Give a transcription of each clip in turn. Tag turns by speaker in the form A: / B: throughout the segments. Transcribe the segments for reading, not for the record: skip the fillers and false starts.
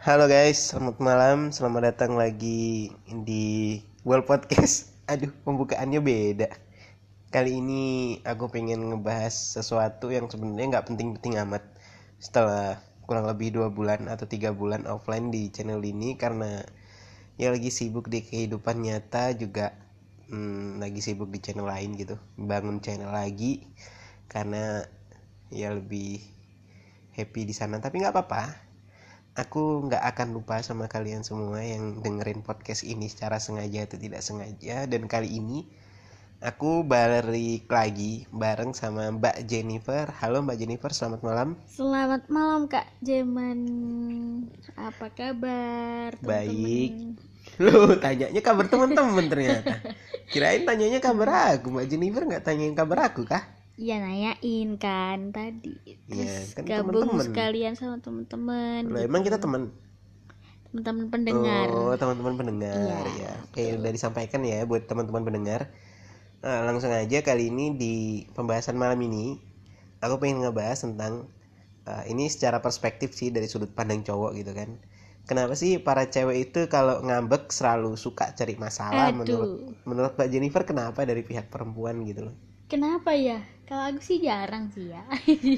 A: Halo guys, selamat malam, selamat datang lagi di World Podcast. Aduh, pembukaannya beda. Kali ini aku pengen ngebahas sesuatu yang sebenarnya nggak penting-penting amat. Setelah kurang lebih 2 bulan atau 3 bulan offline di channel ini, karena ya lagi sibuk di kehidupan nyata juga, lagi sibuk di channel lain gitu, bangun channel lagi karena ya lebih happy di sana. Tapi nggak apa-apa, aku nggak akan lupa sama kalian semua yang dengerin podcast ini secara sengaja atau tidak sengaja. Dan kali ini aku balik lagi bareng sama Mbak Jennifer. Halo Mbak Jennifer, selamat malam.
B: Selamat malam Kak Jeman. Apa kabar
A: Baik.
B: teman-teman?
A: Loh, tanyanya kabar teman-teman ternyata. Kirain tanyanya kabar aku. Mbak Jennifer nggak tanyain kabar aku kah?
B: Iya nanyain kan tadi.
A: Iya,
B: Terus
A: kan
B: gabung
A: teman-teman.
B: sekalian sama teman-teman.
A: Loh, emang kita teman?
B: Teman-teman pendengar.
A: Oh, teman-teman pendengar
B: Iya,
A: ya. Oke, udah disampaikan ya buat teman-teman pendengar. Nah, langsung aja kali ini di pembahasan malam ini aku pengen ngebahas tentang ini secara perspektif sih, dari sudut pandang cowok gitu kan. Kenapa sih para cewek itu kalau ngambek selalu suka cari masalah? Menurut Mbak Jennifer, kenapa dari pihak perempuan gitu loh?
B: Kenapa ya? Kalau aku sih jarang sih ya.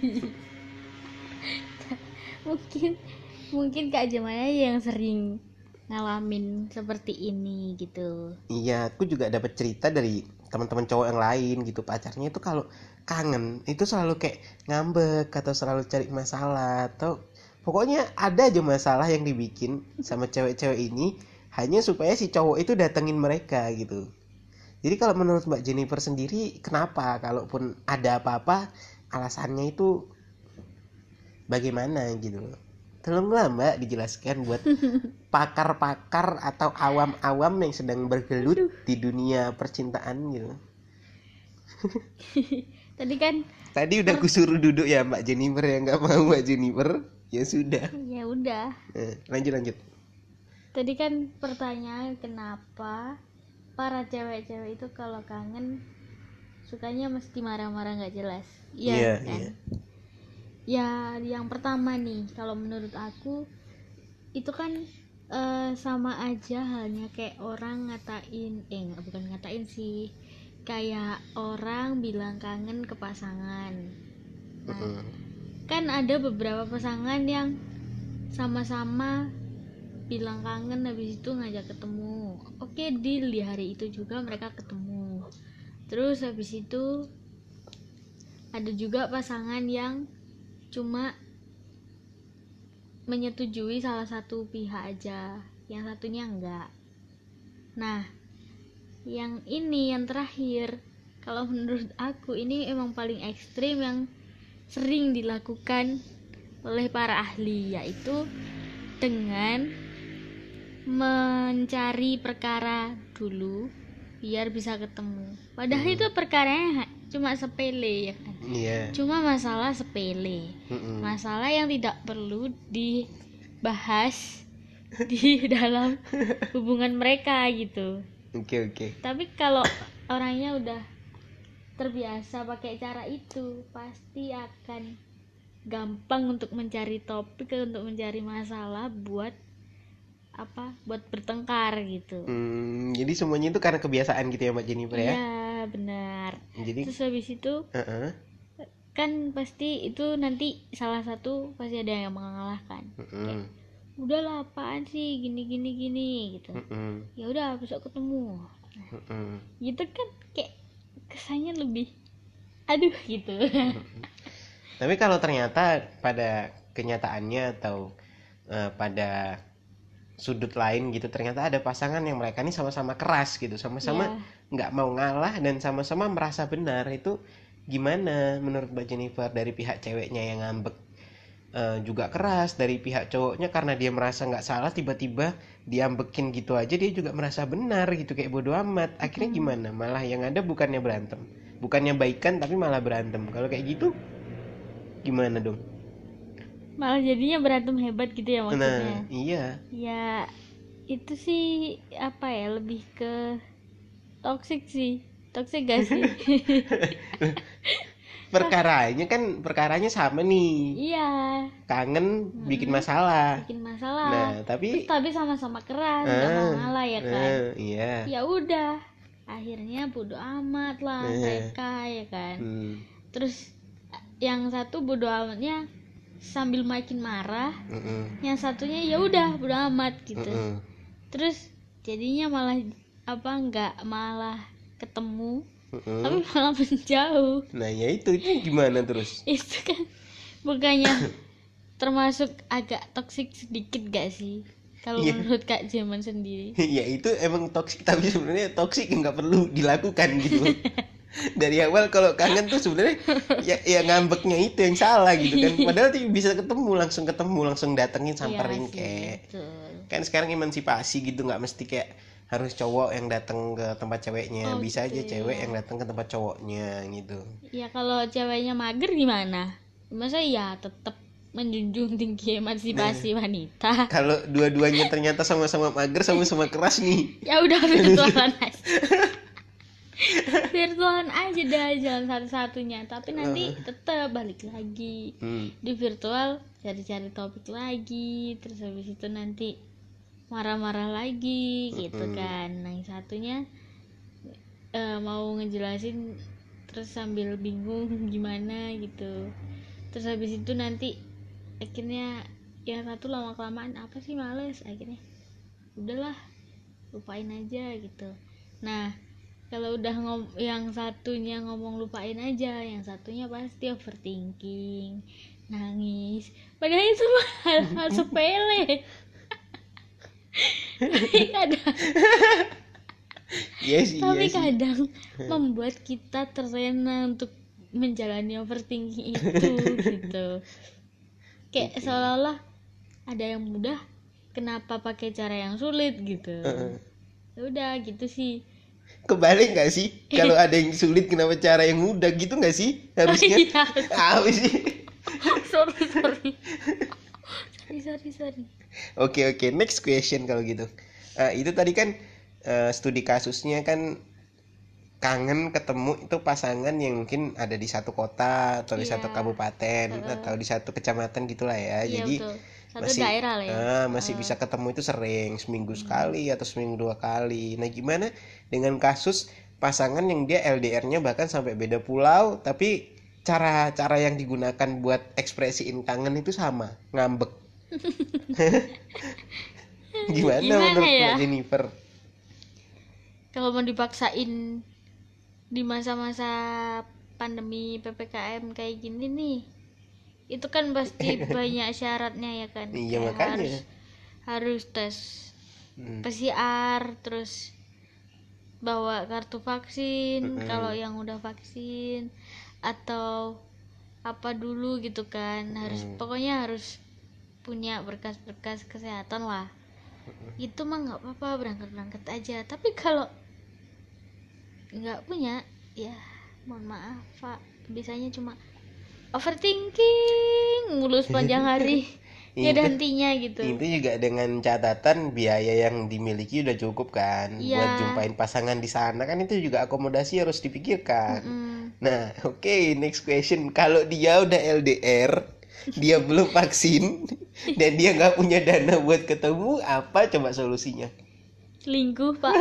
B: mungkin Kak Jeman aja yang sering ngalamin seperti ini gitu.
A: Iya, aku juga dapat cerita dari teman-teman cowok yang lain gitu. Pacarnya itu kalau kangen itu selalu kayak ngambek atau selalu cari masalah, atau pokoknya ada aja masalah yang dibikin sama cewek-cewek ini hanya supaya si cowok itu datengin mereka gitu. Jadi kalau menurut Mbak Jennifer sendiri, kenapa kalaupun ada apa-apa alasannya itu bagaimana gitu loh? Tolonglah Mbak dijelaskan buat pakar-pakar atau awam-awam yang sedang bergelut di dunia percintaan gitu. Tadi udah kusuruh duduk ya Mbak Jennifer, yang nggak mau Mbak Jennifer, ya sudah.
B: Ya udah.
A: Lanjut.
B: Tadi kan pertanyaan kenapa para cewek-cewek itu kalau kangen sukanya mesti marah-marah nggak jelas.
A: Iya,
B: kan?
A: iya.
B: Ya yang pertama nih, kalau menurut aku itu kan sama aja halnya kayak orang ngatain, bukan ngatain sih, kayak orang bilang kangen ke pasangan. Nah, kan ada beberapa pasangan yang sama-sama bilang kangen, habis itu ngajak ketemu. Oke, deal, di hari itu juga mereka ketemu. Terus habis itu ada juga pasangan yang cuma menyetujui salah satu pihak aja, yang satunya enggak. Nah, yang ini yang terakhir, kalau menurut aku ini emang paling ekstrim yang sering dilakukan oleh para ahli, yaitu dengan mencari perkara dulu biar bisa ketemu. Padahal itu perkaranya cuma sepele ya kan.
A: Iya.
B: Cuma masalah sepele. Masalah yang tidak perlu dibahas di dalam hubungan mereka gitu.
A: Oke.
B: Tapi kalau orangnya udah terbiasa pakai cara itu, pasti akan gampang untuk mencari topik, untuk mencari masalah buat bertengkar gitu.
A: Jadi semuanya itu karena kebiasaan gitu ya Mbak Jennifer ya?
B: Iya benar.
A: Jadi
B: terus habis itu kan pasti itu nanti salah satu pasti ada yang mengalahkan. Kayak, udahlah apaan sih gini gitu. Ya udah besok ketemu. Gitu kan kayak kesannya lebih aduh gitu.
A: Tapi kalau ternyata pada kenyataannya atau pada sudut lain gitu, ternyata ada pasangan yang mereka ini sama-sama keras gitu, sama-sama nggak mau ngalah dan sama-sama merasa benar, itu gimana menurut Mbak Jennifer? Dari pihak ceweknya yang ngambek juga keras, dari pihak cowoknya karena dia merasa nggak salah tiba-tiba diambekin gitu aja dia juga merasa benar gitu, kayak bodo amat. Akhirnya gimana? Malah yang ada bukannya berantem, bukannya baikan, tapi malah berantem. Kalau kayak gitu gimana dong?
B: Malah jadinya berantem hebat gitu ya maksudnya.
A: Nah, iya.
B: Ya itu sih lebih ke toxic gak sih?
A: Perkaranya sama nih.
B: Iya.
A: Kangen bikin masalah.
B: masalah.
A: Nah,
B: Terus tapi sama-sama keras, nggak mau ngalah ya kan.
A: Iya.
B: Ya udah, akhirnya bodo amat lah mereka ya kan. Terus yang satu bodo amatnya sambil makin marah, yang satunya ya udah bodo amat gitu. Terus jadinya malah nggak malah ketemu, tapi malah menjauh.
A: Nah ya itu gimana terus?
B: Itu kan bukannya termasuk agak toksik sedikit gak sih kalau menurut Kak Jeman sendiri?
A: Ya itu emang toksik, tapi sebenarnya toksik nggak perlu dilakukan gitu. Dari awal kalau kangen tuh sebenarnya ya ngambeknya itu yang salah gitu kan. Padahal tuh bisa langsung datengin, samperin kayak. Kan sekarang emansipasi gitu, nggak mesti kayak harus cowok yang datang ke tempat ceweknya, bisa aja cewek yang datang ke tempat cowoknya gitu.
B: Ya kalau ceweknya mager gimana? Masa ya tetap menjunjung tinggi emansipasi wanita.
A: Kalau dua-duanya ternyata sama-sama mager, sama-sama keras nih.
B: Ya udah virtualan aja. Virtualan aja dah jalan satu-satunya, tapi nanti tetap balik lagi di virtual, cari-cari topik lagi, terus habis itu nanti marah-marah lagi gitu kan. Nah yang satunya mau ngejelasin terus sambil bingung gimana gitu. Terus habis itu nanti akhirnya yang satu lama-kelamaan apa sih males, akhirnya udahlah lupain aja gitu. Nah kalau udah yang satunya ngomong lupain aja, yang satunya pasti overthinking, nangis, padahal itu hal sepele. Tapi kadang membuat kita terlena untuk menjalani overthinking itu gitu. Kayak seolah-olah ada yang mudah, kenapa pakai cara yang sulit gitu. Ya udah gitu sih.
A: Kebalik nggak sih? Kalau ada yang sulit kenapa cara yang mudah gitu nggak sih? Harusnya apa sih?
B: Sorry.
A: Oke, next question kalau gitu. Itu tadi kan studi kasusnya kan kangen ketemu itu pasangan yang mungkin ada di satu kota atau di satu kabupaten atau di satu kecamatan gitulah ya. Jadi
B: betul. Satu daerah lah ya.
A: Masih bisa ketemu itu sering, seminggu sekali atau seminggu 2 kali. Nah gimana dengan kasus pasangan yang dia LDR-nya bahkan sampai beda pulau, tapi cara yang digunakan buat ekspresiin kangen itu sama, ngambek. Gimana menurut
B: ya?
A: Mbak Jennifer?
B: Kalau mau dipaksain di masa-masa pandemi PPKM kayak gini nih, itu kan pasti banyak syaratnya ya kan.
A: Iya makanya
B: harus tes PCR, terus bawa kartu vaksin kalau yang udah vaksin, atau apa dulu gitu kan. Pokoknya harus punya berkas-berkas kesehatan lah. Itu mah nggak apa-apa, berangkat aja. Tapi kalau nggak punya, ya mohon maaf Pak, bisanya cuma overthinking mulu sepanjang hari. Nggak ada hentinya gitu.
A: Itu juga dengan catatan biaya yang dimiliki udah cukup kan. Buat jumpain pasangan di sana kan itu juga akomodasi harus dipikirkan. Nah oke, next question. Kalau dia udah LDR, dia belum vaksin dan dia nggak punya dana buat ketemu, apa coba solusinya?
B: Selingkuh Pak.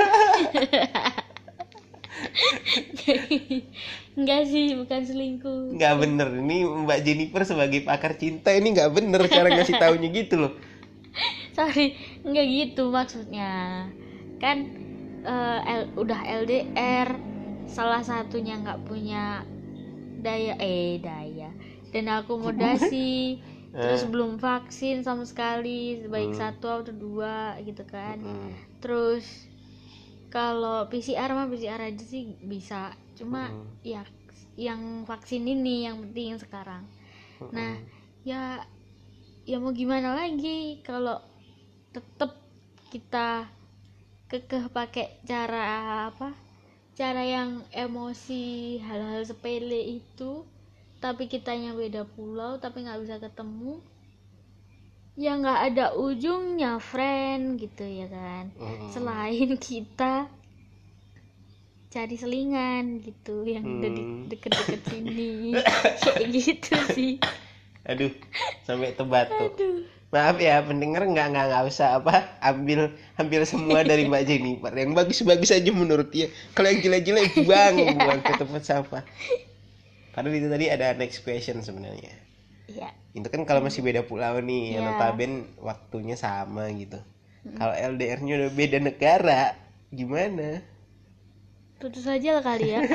B: Enggak sih, bukan selingkuh.
A: Nggak bener, ini Mbak Jennifer sebagai pakar cinta ini nggak bener cara ngasih taunya gitu loh.
B: Sorry, nggak gitu maksudnya. Kan udah LDR, salah satunya nggak punya daya dan akomodasi, terus belum vaksin sama sekali, baik 1 atau 2 gitu kan. Terus kalau PCR mah PCR aja sih bisa, cuma ya yang vaksin ini yang penting sekarang. Nah ya mau gimana lagi kalau tetap kita kekeh pakai cara yang emosi, hal-hal sepele itu, tapi kitanya beda pulau tapi nggak bisa ketemu, ya nggak ada ujungnya friend gitu ya kan. Selain kita cari selingan gitu yang udah deket-deket sini. Kayak gitu sih.
A: Aduh, sampai tebatuk. Maaf ya pendengar, nggak usah apa ambil semua dari Mbak Jennifer. Yang bagus-bagus aja menurut dia. Kalau yang jelek-jelek buang ke tempat sampah. Padahal itu tadi ada next question sebenarnya.
B: Iya.
A: Itu kan kalau masih beda pulau nih,
B: Iya.
A: notaben waktunya sama gitu. Kalau LDR-nya udah beda negara, gimana?
B: Putus aja lah kali ya.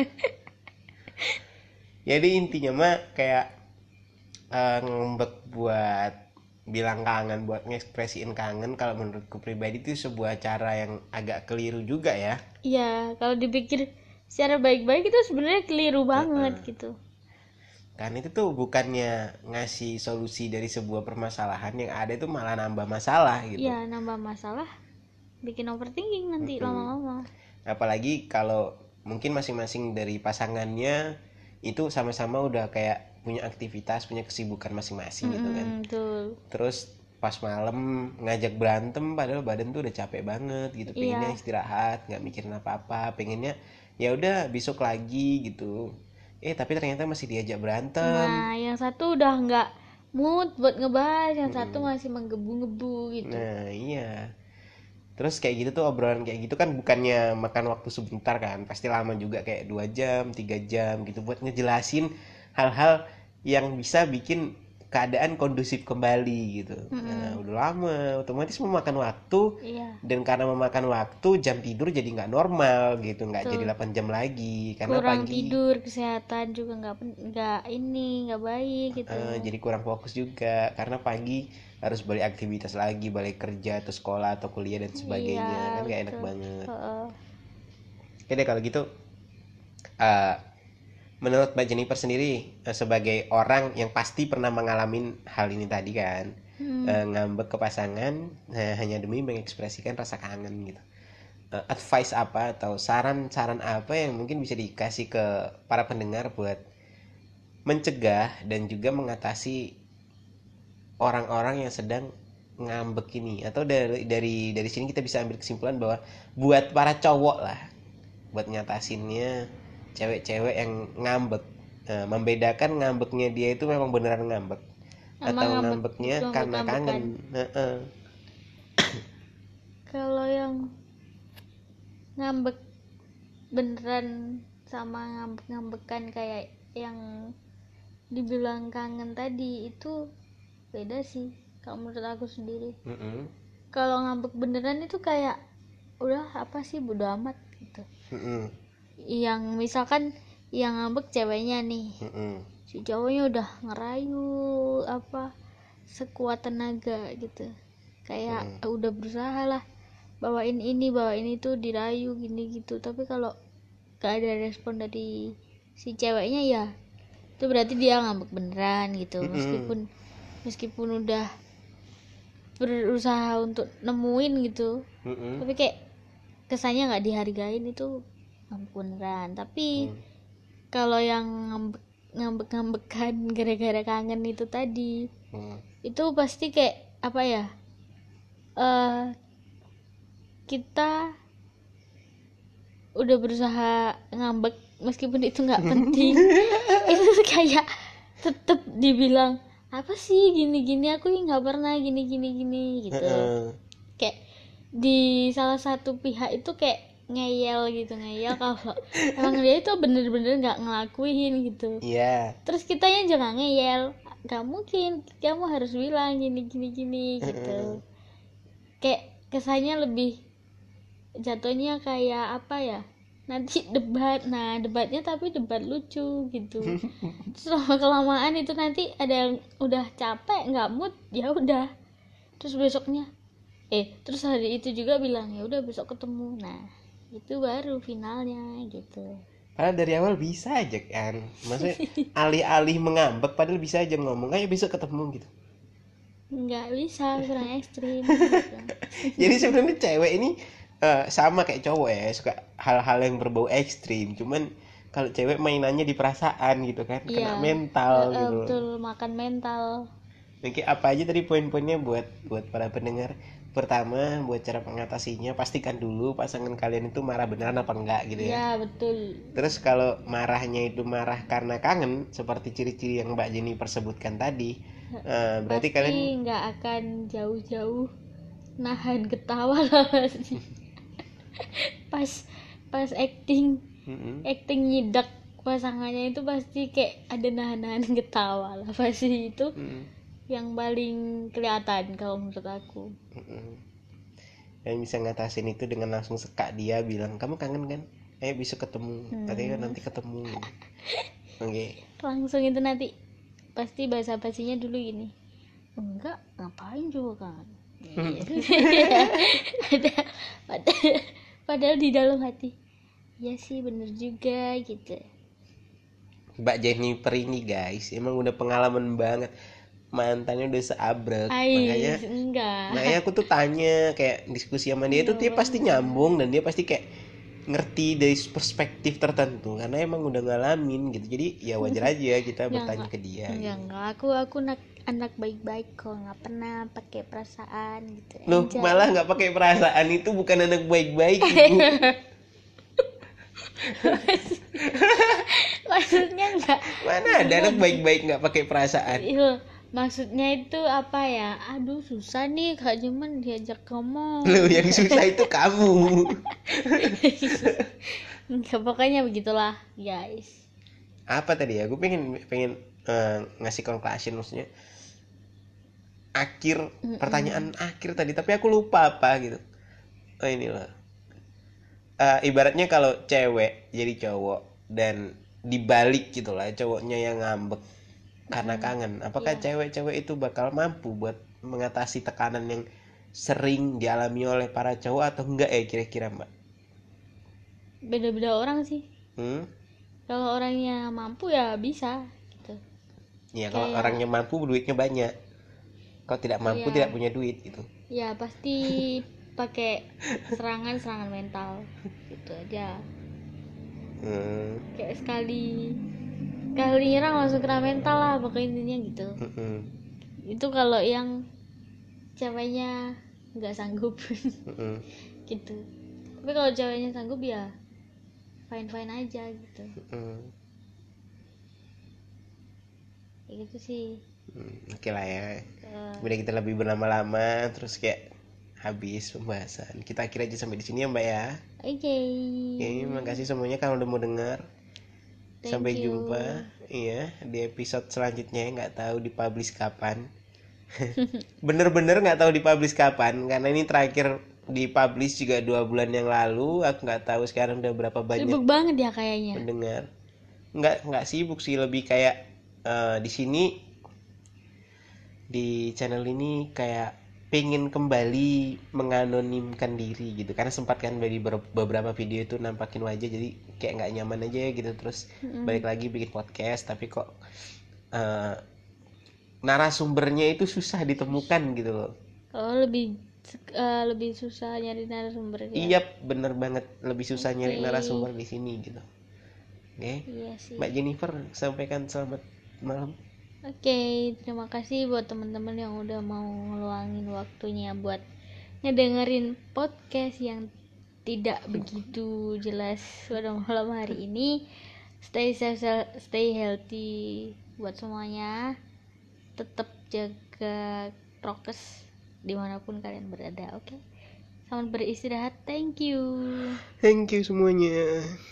A: Jadi intinya mah kayak ngembek buat bilang kangen, buat ngekspresiin kangen, kalau menurutku pribadi itu sebuah cara yang agak keliru juga ya.
B: Iya, kalau dipikir secara baik-baik itu sebenarnya keliru banget gitu.
A: Karena itu tuh bukannya ngasih solusi dari sebuah permasalahan, yang ada itu malah nambah masalah gitu.
B: Iya, nambah masalah, bikin overthinking nanti lama-lama.
A: Apalagi kalau mungkin masing-masing dari pasangannya itu sama-sama udah kayak punya aktivitas, punya kesibukan masing-masing gitu kan.
B: Betul.
A: Terus pas malam ngajak berantem padahal badan tuh udah capek banget gitu, pengennya istirahat, nggak mikirin apa-apa, pengennya ya udah besok lagi gitu. Tapi ternyata masih diajak berantem.
B: Nah, yang satu udah nggak mood buat ngebahas, yang satu masih menggebu-gebu gitu.
A: Nah iya. Terus kayak gitu tuh, obrolan kayak gitu kan bukannya makan waktu sebentar kan, pasti lama juga, kayak 2 jam 3 jam gitu buat ngejelasin hal-hal yang bisa bikin keadaan kondusif kembali gitu. Nah udah lama otomatis memakan waktu.
B: Iya.
A: Dan karena memakan waktu, jam tidur jadi nggak normal gitu, nggak
B: Betul.
A: jadi 8 jam lagi karena
B: Kurang
A: pagi
B: tidur, kesehatan juga nggak baik gitu.
A: jadi kurang fokus juga karena pagi harus balik aktivitas lagi, balik kerja atau sekolah atau kuliah dan sebagainya.
B: Iya,
A: Kan gak enak
B: betul.
A: banget.
B: Heeh.
A: Oke deh kalau gitu, eh, menurut Mbak Jennifer sendiri, sebagai orang yang pasti pernah mengalami hal ini tadi kan, ngambek ke pasangan hanya demi mengekspresikan rasa kangen gitu, advice apa atau saran-saran apa yang mungkin bisa dikasih ke para pendengar buat mencegah dan juga mengatasi orang-orang yang sedang ngambek ini? Atau dari sini kita bisa ambil kesimpulan bahwa buat para cowok lah, buat nyatasinnya cewek-cewek yang ngambek, membedakan ngambeknya dia itu memang beneran ngambek
B: Emang
A: atau
B: ngambek,
A: ngambeknya
B: itu
A: karena
B: ngambek-ngambekan.
A: kangen.
B: Kalau yang ngambek beneran sama ngambek-ngambekan kayak yang dibilang kangen tadi itu beda sih kalau menurut aku sendiri. Kalau ngambek beneran itu kayak udah apa sih, bodo amat gitu. Yang misalkan yang ngambek ceweknya nih, si cowoknya udah ngerayu apa sekuat tenaga gitu, kayak udah berusaha lah bawain itu, dirayu gini gitu, tapi kalau gak ada respon dari si ceweknya, ya itu berarti dia ngambek beneran gitu. Meskipun udah berusaha untuk nemuin gitu, tapi kayak kesannya nggak dihargain, itu ngambek beneran. Tapi kalau yang ngambek-ngambekan gara-gara kangen itu tadi, itu pasti kayak apa ya, kita udah berusaha ngambek meskipun itu nggak penting. Itu kayak tetep dibilang apa sih gini-gini, aku nggak pernah gini gitu. Kayak di salah satu pihak itu kayak ngeyel kalau emang dia itu bener-bener nggak ngelakuin gitu. Terus kitanya jangan ngeyel, nggak mungkin, kamu harus bilang gini gitu. Kayak kesannya lebih jatuhnya kayak apa ya, nanti debatnya tapi debat lucu gitu. Terus lama kelamaan itu nanti ada yang udah capek, nggak mood, ya udah, terus besoknya terus hari itu juga bilang ya udah besok ketemu. Nah itu baru finalnya gitu.
A: Padahal dari awal bisa aja kan, maksudnya alih-alih mengambek padahal bisa aja ngomong ayo besok ketemu gitu.
B: Nggak bisa, kurang ekstrim gitu.
A: Jadi sebenarnya cewek ini sama kayak cowok ya, suka hal-hal yang berbau ekstrim. Cuman kalau cewek mainannya di perasaan gitu kan, kena mental gitu.
B: Betul, makan mental.
A: Oke, apa aja tadi poin-poinnya buat para pendengar? Pertama, buat cara mengatasinya, pastikan dulu pasangan kalian itu marah beneran apa enggak gitu ya.
B: Iya betul.
A: Terus kalau marahnya itu marah karena kangen, seperti ciri-ciri yang Mbak Jenny persebutkan tadi, Berarti
B: pasti
A: kalian
B: nggak akan jauh-jauh nahan ketawa lah pasti. pas acting nyidak pasangannya itu pasti kayak ada nahan ketawa lah pasti. Itu yang paling kelihatan kalau menurut aku.
A: yang bisa ngatasin itu dengan langsung sekak dia bilang kamu kangen kan, ayo bisa ketemu, katanya kan nanti ketemu. Oke.
B: Langsung itu nanti pasti bahasa basinya dulu gini, enggak ngapain juga kan. padahal di dalam hati ya sih bener juga gitu.
A: Mbak Jennifer ini guys emang udah pengalaman banget, mantannya udah seabrek. Makanya aku tuh tanya kayak diskusi sama dia tuh dia pasti nyambung dan dia pasti kayak ngerti dari perspektif tertentu karena emang udah ngalamin gitu. Jadi ya wajar aja kita bertanya ke dia.
B: Enggak, aku anak baik-baik kok, nggak pernah pakai perasaan gitu.
A: Loh, malah nggak pakai perasaan itu bukan anak baik-baik ibu.
B: Maksudnya enggak.
A: Mana ada anak baik-baik nggak pakai perasaan?
B: Maksudnya itu apa ya? Aduh susah nih Kak Juman diajak ngomong.
A: Loh, yang susah itu kamu.
B: Enggak, pokoknya begitulah guys.
A: Apa tadi ya? Gue pengen ngasih conclusion, maksudnya akhir pertanyaan akhir tadi, tapi aku lupa apa gitu. Oh ini loh. Ibaratnya kalau cewek jadi cowok dan dibalik gitu lah, cowoknya yang ngambek karena kangen, apakah cewek-cewek itu bakal mampu buat mengatasi tekanan yang sering dialami oleh para cowok atau enggak ya kira-kira Mbak?
B: Beda-beda orang sih. Kalau orangnya mampu ya bisa gitu.
A: Ya kalau orangnya mampu duitnya banyak, kalau tidak mampu tidak punya duit gitu.
B: Ya pasti pakai serangan mental gitu aja. Kayak sekali nyerang langsung kena mental lah pokoknya intinya gitu. Itu kalau yang ceweknya nggak sanggup. Gitu. Tapi kalau ceweknya sanggup ya fine aja gitu. Kayak gitu sih.
A: Oke lah ya. Udah kita lebih berlama-lama terus kayak habis pembahasan. Kita akhir aja sampai di sini ya Mbak ya.
B: Oke,
A: makasih semuanya kalau udah mau dengar. Sampai jumpa iya di episode selanjutnya, nggak tahu dipublish kapan. Bener-bener nggak tahu dipublish kapan karena ini terakhir dipublish juga 2 bulan yang lalu. Aku nggak tahu sekarang udah berapa banyak.
B: Sibuk banget ya kayaknya.
A: Mendengar. Nggak sibuk sih, lebih kayak di sini di channel ini kayak pengen kembali menganonimkan diri gitu, karena sempat kan dari beberapa video itu nampakin wajah, jadi kayak nggak nyaman aja gitu. Terus balik lagi bikin podcast tapi kok narasumbernya itu susah ditemukan gitu loh.
B: Lebih susah nyari narasumber ya?
A: Iya bener banget, lebih susah nyari narasumber di sini gitu.
B: Iya sih.
A: Mbak Jennifer sampaikan selamat malam.
B: Oke, terima kasih buat teman-teman yang udah mau ngeluangin waktunya buat ngedengerin podcast yang tidak begitu jelas pada malam hari ini. Stay safe, stay healthy buat semuanya. Tetap jaga prokes dimanapun kalian berada, oke? Selamat beristirahat, thank you.
A: Thank you semuanya.